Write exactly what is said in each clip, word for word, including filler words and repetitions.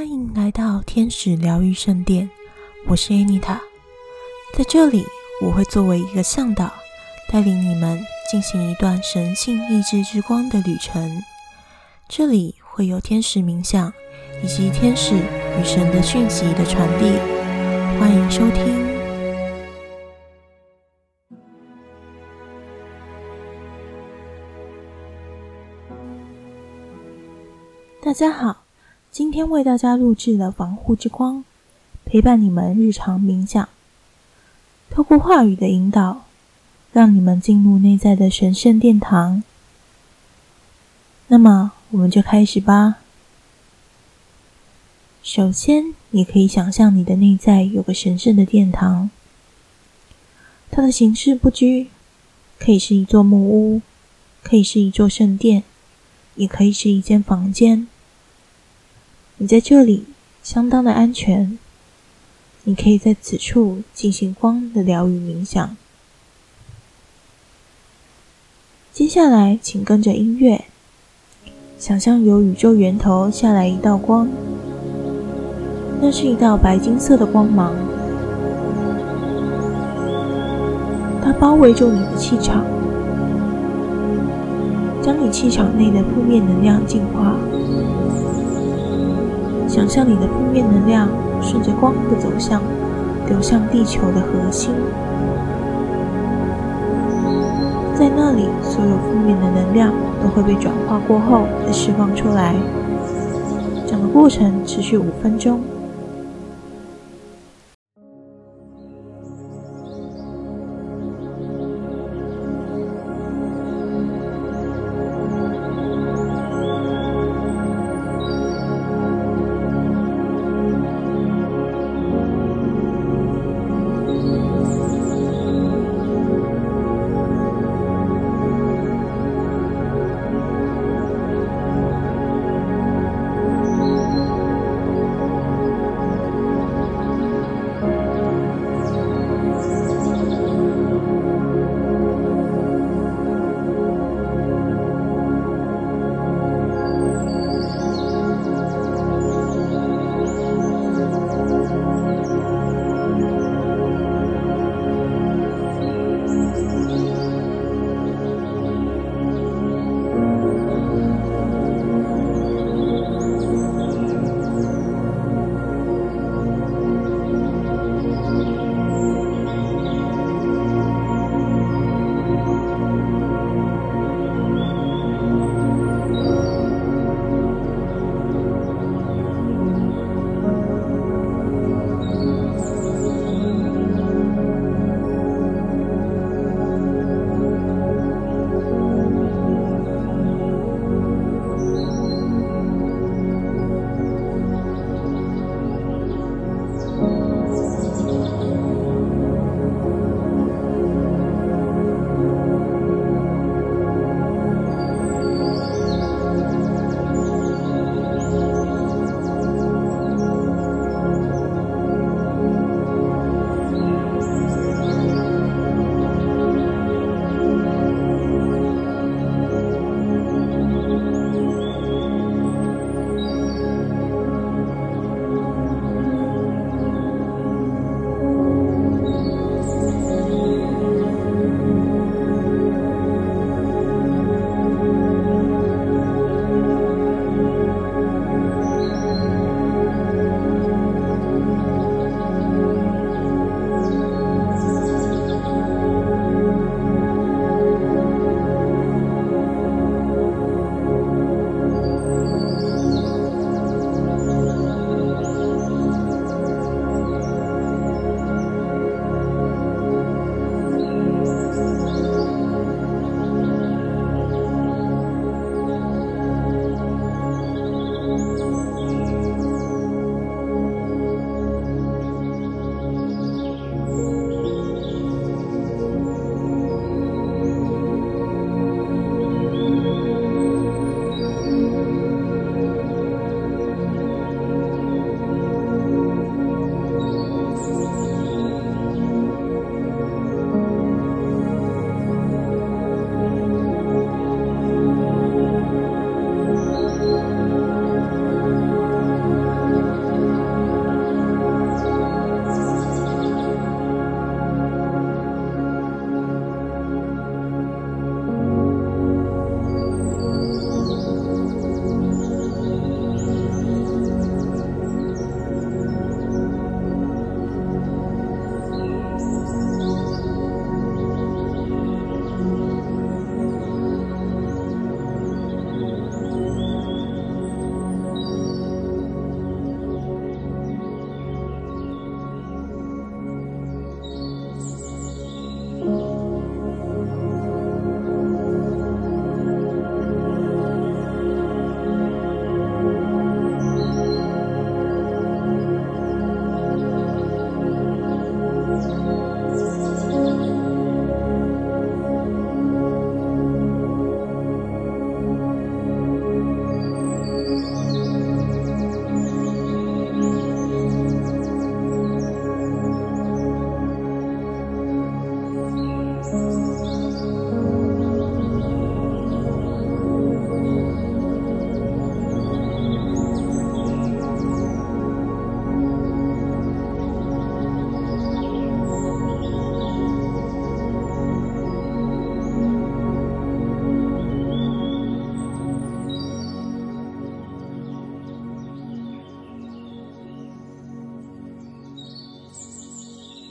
欢迎来到天使疗愈圣殿，我是 Anita。 在这里我会作为一个向导，带领你们进行一段神性意志之光的旅程。这里会有天使冥想以及天使与神的讯息的传递，欢迎收听。大家好，今天为大家录制了防护之光，陪伴你们日常冥想，透过话语的引导，让你们进入内在的神圣殿堂。那么我们就开始吧。首先，你可以想象你的内在有个神圣的殿堂，它的形式不拘，可以是一座木屋，可以是一座圣殿，也可以是一间房间。你在这里相当的安全，你可以在此处进行光的疗愈冥想。接下来请跟着音乐，想象由宇宙源头下来一道光，那是一道白金色的光芒，它包围住你的气场，将你气场内的负面能量净化。想象你的负面能量顺着光的走向流向地球的核心，在那里所有负面的能量都会被转化过后再释放出来。整个过程持续五分钟。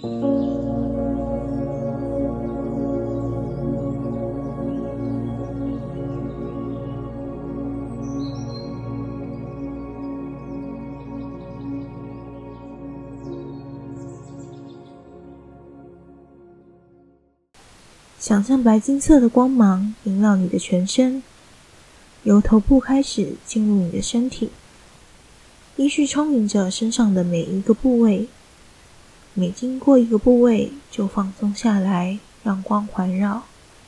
想象白金色的光芒萦绕你的全身，由头部开始进入你的身体，依序充盈着身上的每一个部位，每经过一个部位就放松下来，让光环绕。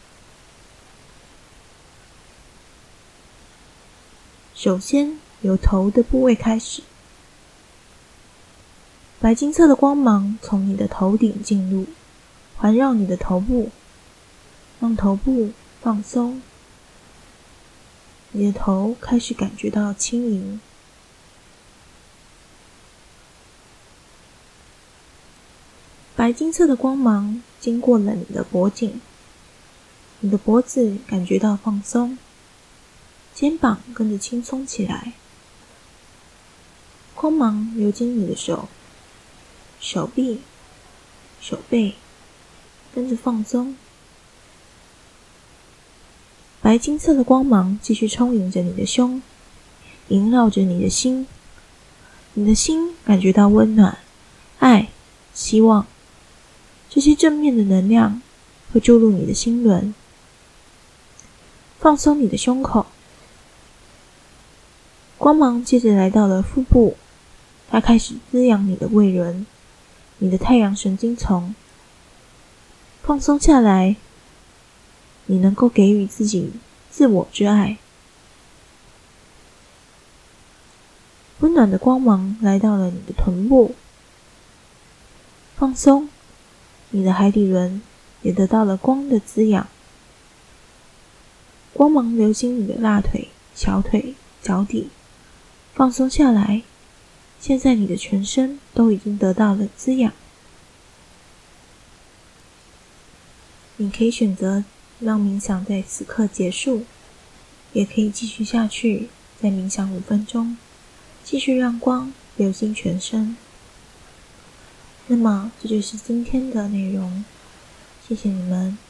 首先由头的部位开始，白金色的光芒从你的头顶进入，环绕你的头部，让头部放松，你的头开始感觉到轻盈。白金色的光芒经过了你的脖颈，你的脖子感觉到放松，肩膀跟着轻松起来。光芒流经你的手、手臂、手背，跟着放松。白金色的光芒继续充盈着你的胸，萦绕着你的心，你的心感觉到温暖、爱、希望，这些正面的能量会注入你的心轮，放松你的胸口。光芒接着来到了腹部，它开始滋养你的胃轮，你的太阳神经丛，放松下来，你能够给予自己自我之爱。温暖的光芒来到了你的臀部，放松，你的海底轮也得到了光的滋养。光芒流经你的大腿、小腿、脚底，放松下来，现在你的全身都已经得到了滋养。你可以选择让冥想在此刻结束，也可以继续下去，再冥想五分钟，继续让光流经全身。那么这就是今天的内容，谢谢你们。